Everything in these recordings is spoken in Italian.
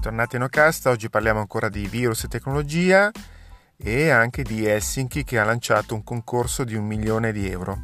Bentornati in Ocast, oggi parliamo ancora di virus e tecnologia e anche di Helsinki che ha lanciato un concorso di 1 milione di euro.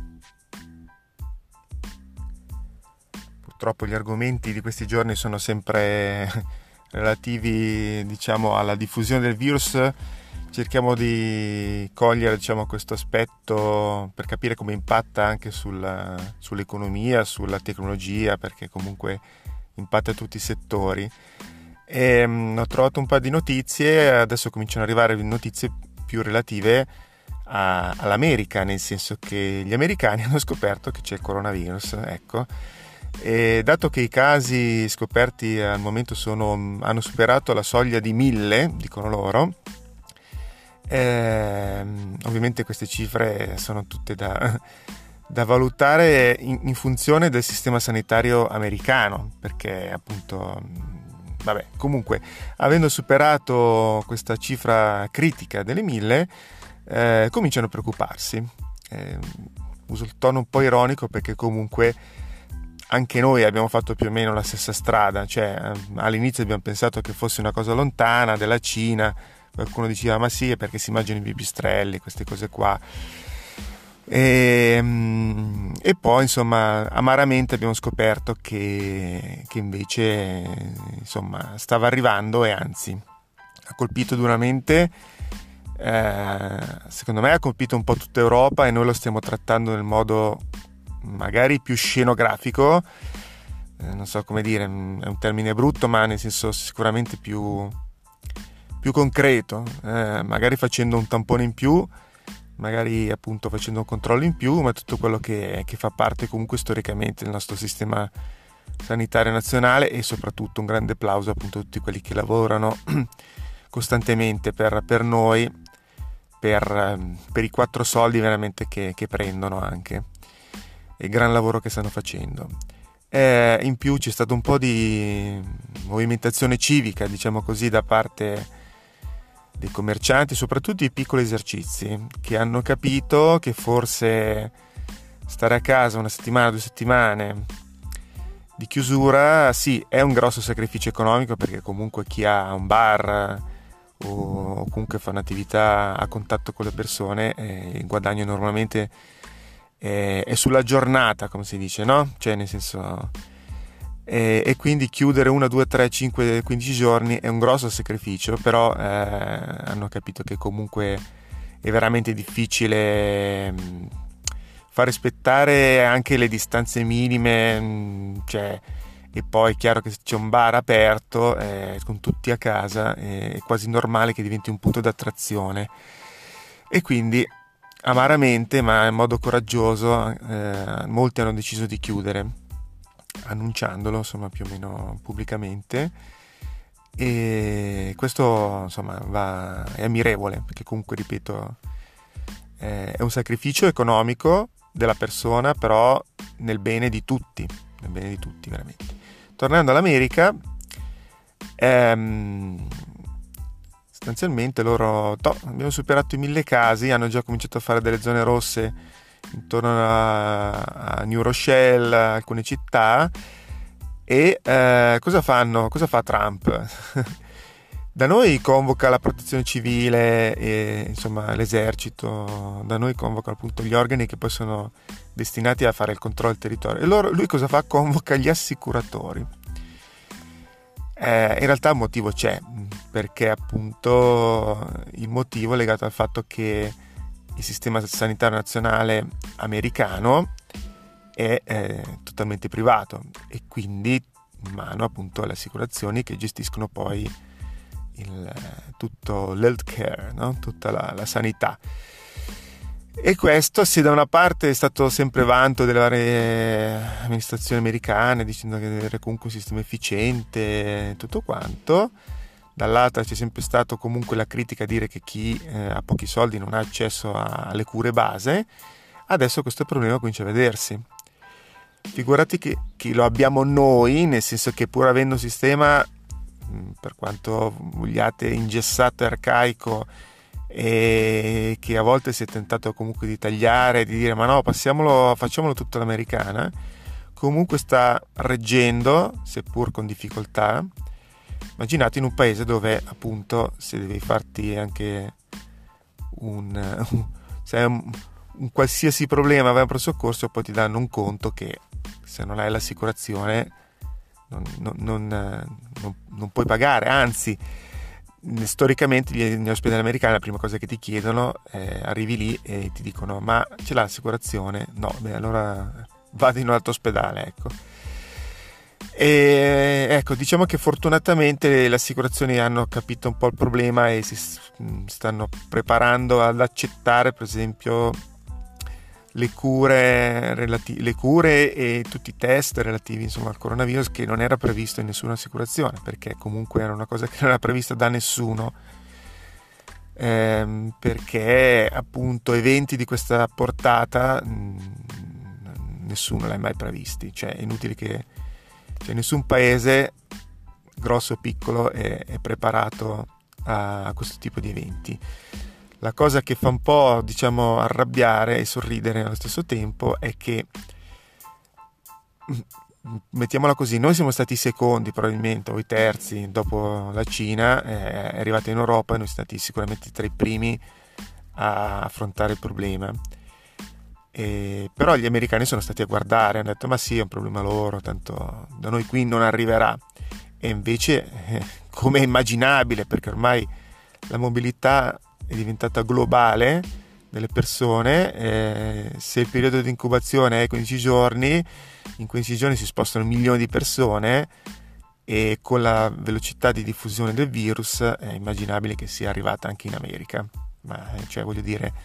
Purtroppo gli argomenti di questi giorni sono sempre relativi, alla diffusione del virus. Cerchiamo di cogliere, questo aspetto per capire come impatta anche sull'economia, sulla tecnologia, perché comunque impatta tutti i settori. Ho trovato un paio di notizie, adesso cominciano ad arrivare notizie più relative all'America, nel senso che gli americani hanno scoperto che c'è il coronavirus, ecco. E dato che i casi scoperti al momento hanno superato la soglia di 1000, dicono loro, ovviamente queste cifre sono tutte da valutare in funzione del sistema sanitario americano, perché appunto, comunque, avendo superato questa cifra critica delle 1000, cominciano a preoccuparsi. Uso il tono un po' ironico perché comunque anche noi abbiamo fatto più o meno la stessa strada, all'inizio abbiamo pensato che fosse una cosa lontana, della Cina, qualcuno diceva ma sì, è perché si mangiano i pipistrelli, queste cose qua. E poi insomma amaramente abbiamo scoperto che invece stava arrivando, e anzi ha colpito duramente, secondo me ha colpito un po' tutta Europa, e noi lo stiamo trattando nel modo magari più scenografico, non so come dire, è un termine brutto, ma nel senso sicuramente più concreto, magari facendo un tampone in più, magari appunto facendo un controllo in più, ma tutto quello che fa parte comunque storicamente del nostro sistema sanitario nazionale, e soprattutto un grande applauso appunto a tutti quelli che lavorano costantemente per noi, per i 4 soldi veramente che prendono anche, e il gran lavoro che stanno facendo. In più c'è stato un po' di movimentazione civica, diciamo così, da parte dei commercianti, soprattutto i piccoli esercizi, che hanno capito che forse stare a casa 1 settimana, 2 settimane di chiusura, sì, è un grosso sacrificio economico, perché comunque chi ha un bar o comunque fa un'attività a contatto con le persone, il guadagno normalmente è sulla giornata, come si dice, no? Nel senso, e quindi chiudere 1, 2, 3, 5, 15 giorni è un grosso sacrificio, però hanno capito che comunque è veramente difficile far rispettare anche le distanze minime, e poi è chiaro che se c'è un bar aperto con tutti a casa è quasi normale che diventi un punto d'attrazione, e quindi amaramente, ma in modo coraggioso, molti hanno deciso di chiudere, annunciandolo più o meno pubblicamente, e questo è ammirevole, perché comunque, ripeto, è un sacrificio economico della persona, però nel bene di tutti veramente. Tornando all'America, sostanzialmente loro abbiamo superato i 1000 casi, hanno già cominciato a fare delle zone rosse intorno a New Rochelle, alcune città, e cosa fa Trump? Da noi convoca la protezione civile e l'esercito, da noi convoca appunto gli organi che poi sono destinati a fare il controllo del territorio, e lui cosa fa? Convoca gli assicuratori. In realtà un motivo c'è, perché appunto il motivo è legato al fatto che il sistema sanitario nazionale americano è totalmente privato, e quindi in mano appunto alle assicurazioni che gestiscono poi tutto l'healthcare, no? Tutta la sanità. E questo, se da una parte è stato sempre vanto delle varie amministrazioni americane, dicendo che deve avere comunque un sistema efficiente, tutto quanto, dall'altra c'è sempre stato comunque la critica a dire che chi ha pochi soldi non ha accesso alle cure base. Adesso questo problema comincia a vedersi. Figurati che lo abbiamo noi, nel senso che pur avendo un sistema, per quanto vogliate, ingessato e arcaico, e che a volte si è tentato comunque di tagliare, di dire ma no, facciamolo tutto all'americana, comunque sta reggendo, seppur con difficoltà, Immaginate in un paese dove appunto se devi farti anche se hai un qualsiasi problema vai a un pronto soccorso, poi ti danno un conto che se non hai l'assicurazione non puoi pagare, anzi storicamente negli ospedali americani la prima cosa che ti chiedono arrivi lì e ti dicono ma ce l'ha l'assicurazione? No, beh allora vado in un altro ospedale, ecco. E ecco, diciamo che fortunatamente le assicurazioni hanno capito un po' il problema e si stanno preparando ad accettare per esempio le cure e tutti i test relativi insomma al coronavirus, che non era previsto in nessuna assicurazione, perché comunque era una cosa che non era prevista da nessuno, perché appunto eventi di questa portata nessuno l'ha mai previsti, cioè è inutile che nessun paese grosso o piccolo è preparato a questo tipo di eventi. La cosa che fa un po' diciamo arrabbiare e sorridere allo stesso tempo è che, mettiamola così, noi siamo stati i secondi probabilmente o i terzi dopo la Cina, è arrivata in Europa e noi siamo stati sicuramente tra i primi a affrontare il problema. Però gli americani sono stati a guardare, hanno detto ma sì, è un problema loro, tanto da noi qui non arriverà. E invece come è immaginabile, perché ormai la mobilità è diventata globale delle persone, se il periodo di incubazione è 15 giorni, in 15 giorni si spostano milioni di persone e con la velocità di diffusione del virus è immaginabile che sia arrivata anche in America. Ma cioè voglio dire,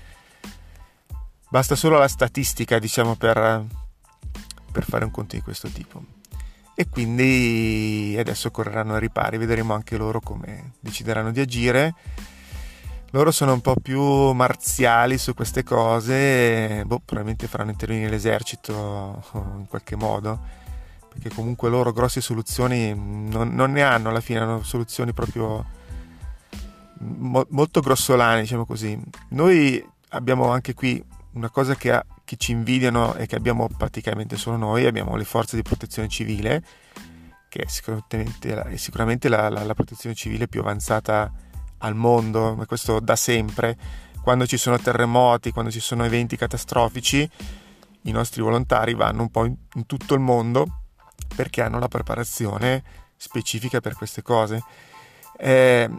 basta solo la statistica diciamo per fare un conto di questo tipo. E quindi adesso correranno ai ripari, vedremo anche loro come decideranno di agire. Loro sono un po' più marziali su queste cose, probabilmente faranno intervenire l'esercito in qualche modo, perché comunque loro grosse soluzioni non ne hanno alla fine, hanno soluzioni proprio molto grossolane, diciamo così. Noi abbiamo anche qui una cosa che ci invidiano e che abbiamo praticamente solo noi, abbiamo le forze di protezione civile, che è sicuramente la protezione civile più avanzata al mondo, ma questo da sempre. Quando ci sono terremoti, quando ci sono eventi catastrofici, i nostri volontari vanno un po' in tutto il mondo perché hanno la preparazione specifica per queste cose. È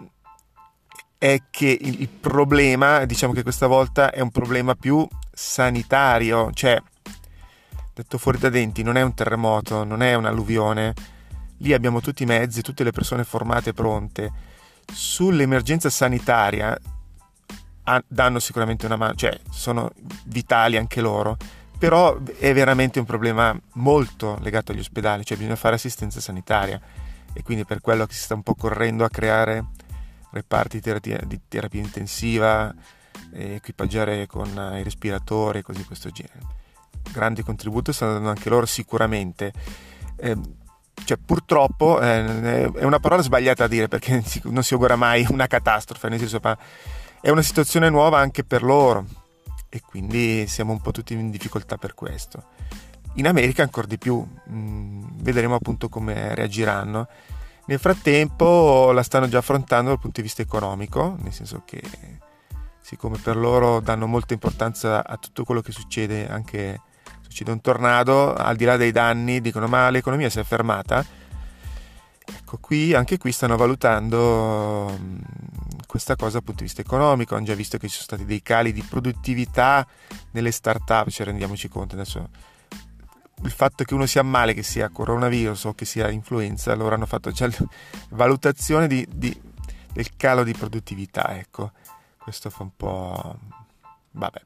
che il problema, diciamo che questa volta è un problema più sanitario, cioè detto fuori da denti, non è un terremoto, non è un'alluvione, lì abbiamo tutti i mezzi, tutte le persone formate e pronte. Sull'emergenza sanitaria danno sicuramente una mano, cioè sono vitali anche loro, però è veramente un problema molto legato agli ospedali, cioè bisogna fare assistenza sanitaria e quindi per quello che si sta un po' correndo a creare reparti di terapia intensiva, equipaggiare con i respiratori e così questo genere. Grande contributo stanno dando anche loro sicuramente. Cioè purtroppo è una parola sbagliata a dire perché non si augura mai una catastrofe, nel senso, ma è una situazione nuova anche per loro e quindi siamo un po' tutti in difficoltà per questo. In America ancora di più, vedremo appunto come reagiranno. Nel frattempo la stanno già affrontando dal punto di vista economico, nel senso che siccome per loro danno molta importanza a tutto quello che succede, anche succede un tornado, al di là dei danni dicono ma l'economia si è fermata. Ecco, anche qui stanno valutando questa cosa dal punto di vista economico. Hanno già visto che ci sono stati dei cali di produttività nelle start-up, cioè rendiamoci conto adesso il fatto che uno si ammali, che sia coronavirus o che sia influenza, loro hanno fatto già valutazione del calo di produttività, ecco, questo fa un po' vabbè.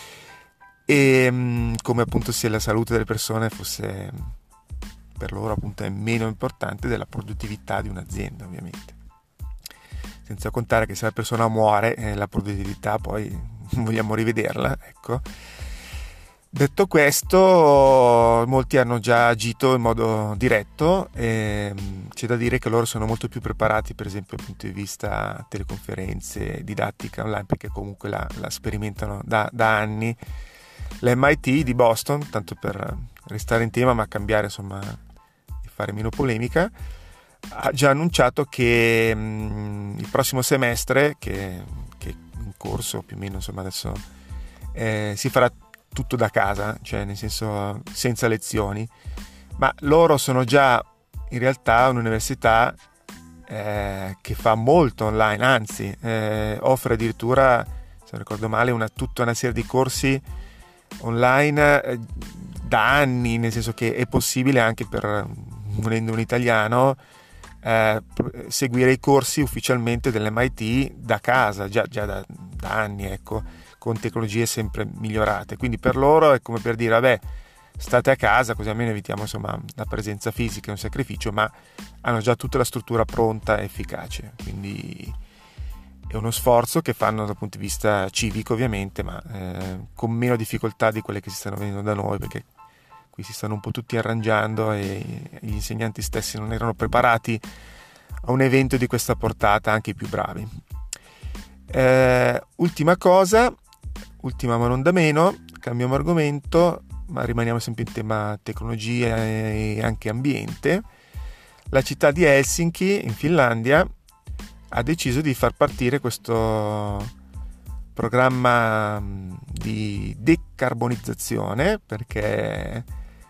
E come appunto se la salute delle persone fosse per loro appunto è meno importante della produttività di un'azienda, ovviamente, senza contare che se la persona muore la produttività poi vogliamo rivederla, ecco. Detto questo, molti hanno già agito in modo diretto e c'è da dire che loro sono molto più preparati, per esempio dal punto di vista didattica online, perché comunque la sperimentano da anni. L'MIT di Boston, tanto per restare in tema ma cambiare insomma e fare meno polemica, ha già annunciato che il prossimo semestre, che è in corso più o meno, insomma adesso si farà tutto da casa, cioè nel senso senza lezioni, ma loro sono già in realtà un'università che fa molto online, anzi offre addirittura, se non ricordo male, tutta una serie di corsi online da anni, nel senso che è possibile anche per un italiano seguire i corsi ufficialmente dell'MIT da casa, già da anni, ecco, con tecnologie sempre migliorate. Quindi per loro è come per dire, vabbè, state a casa così almeno evitiamo, insomma, la presenza fisica, è un sacrificio, ma hanno già tutta la struttura pronta e efficace, quindi è uno sforzo che fanno dal punto di vista civico ovviamente, ma con meno difficoltà di quelle che si stanno vedendo da noi, perché qui si stanno un po' tutti arrangiando e gli insegnanti stessi non erano preparati a un evento di questa portata, anche i più bravi. Ultima cosa, ultima ma non da meno, cambiamo argomento, ma rimaniamo sempre in tema tecnologia e anche ambiente. La città di Helsinki, in Finlandia, ha deciso di far partire questo programma di decarbonizzazione, perché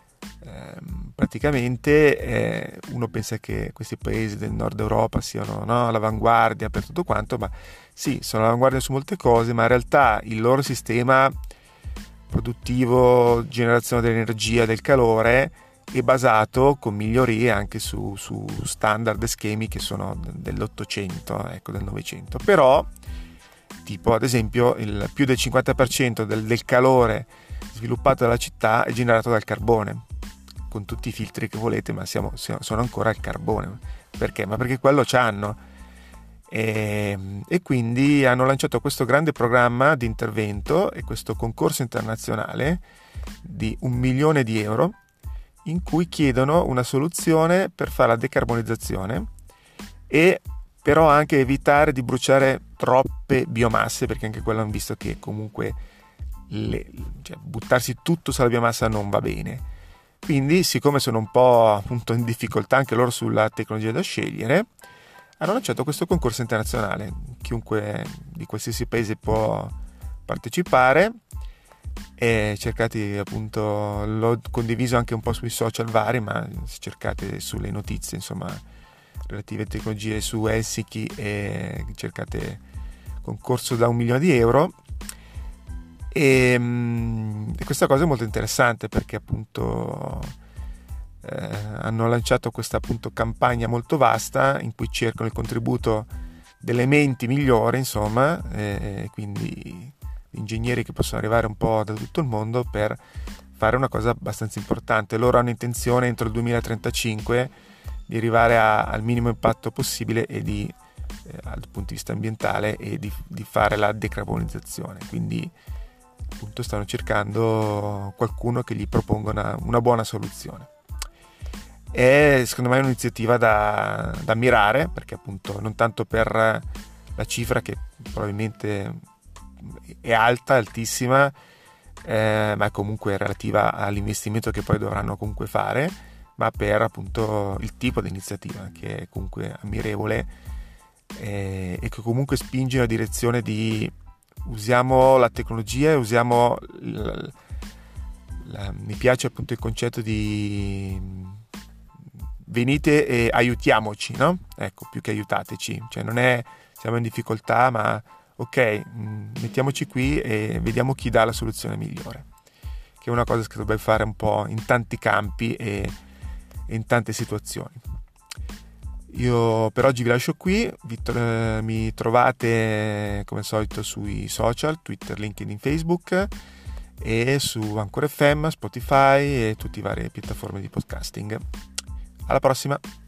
praticamente uno pensa che questi paesi del nord Europa siano, no, all'avanguardia per tutto quanto, ma sì, sono all'avanguardia su molte cose, ma in realtà il loro sistema produttivo, generazione dell'energia, del calore, è basato con migliorie anche su standard e schemi che sono dell'800, ecco, del 900. Però, tipo ad esempio, il più del 50% del calore sviluppato dalla città è generato dal carbone, con tutti i filtri che volete, ma sono ancora al carbone. Perché? Ma perché quello c'hanno. E quindi hanno lanciato questo grande programma di intervento e questo concorso internazionale di 1 milione di euro in cui chiedono una soluzione per fare la decarbonizzazione e però anche evitare di bruciare troppe biomasse, perché anche quello hanno visto che comunque buttarsi tutto sulla biomassa non va bene. Quindi, siccome sono un po' appunto in difficoltà anche loro sulla tecnologia da scegliere, hanno lanciato questo concorso internazionale. Chiunque di qualsiasi paese può partecipare e cercate, appunto, l'ho condiviso anche un po' sui social vari, ma se cercate sulle notizie, insomma, relative a tecnologie su Helsinki e cercate concorso da 1 milione di euro. E questa cosa è molto interessante perché appunto hanno lanciato questa appunto campagna molto vasta in cui cercano il contributo delle menti migliori, insomma, quindi ingegneri che possono arrivare un po' da tutto il mondo per fare una cosa abbastanza importante. Loro hanno intenzione entro il 2035 di arrivare al minimo impatto possibile e dal punto di vista ambientale e di fare la decarbonizzazione. Quindi appunto stanno cercando qualcuno che gli proponga una buona soluzione. È secondo me un'iniziativa da ammirare, perché appunto non tanto per la cifra che probabilmente è alta, altissima, ma è comunque relativa all'investimento che poi dovranno comunque fare, ma per appunto il tipo di iniziativa che è comunque ammirevole e che comunque spinge nella direzione di usiamo la tecnologia e usiamo mi piace appunto il concetto di venite e aiutiamoci, no? Ecco, più che aiutateci, cioè non è siamo in difficoltà, ma ok, mettiamoci qui e vediamo chi dà la soluzione migliore, che è una cosa che dovrebbe fare un po' in tanti campi e in tante situazioni. Io per oggi vi lascio qui, mi trovate come al solito sui social, Twitter, LinkedIn, Facebook e su Anchor FM, Spotify e tutte le varie piattaforme di podcasting. Alla prossima!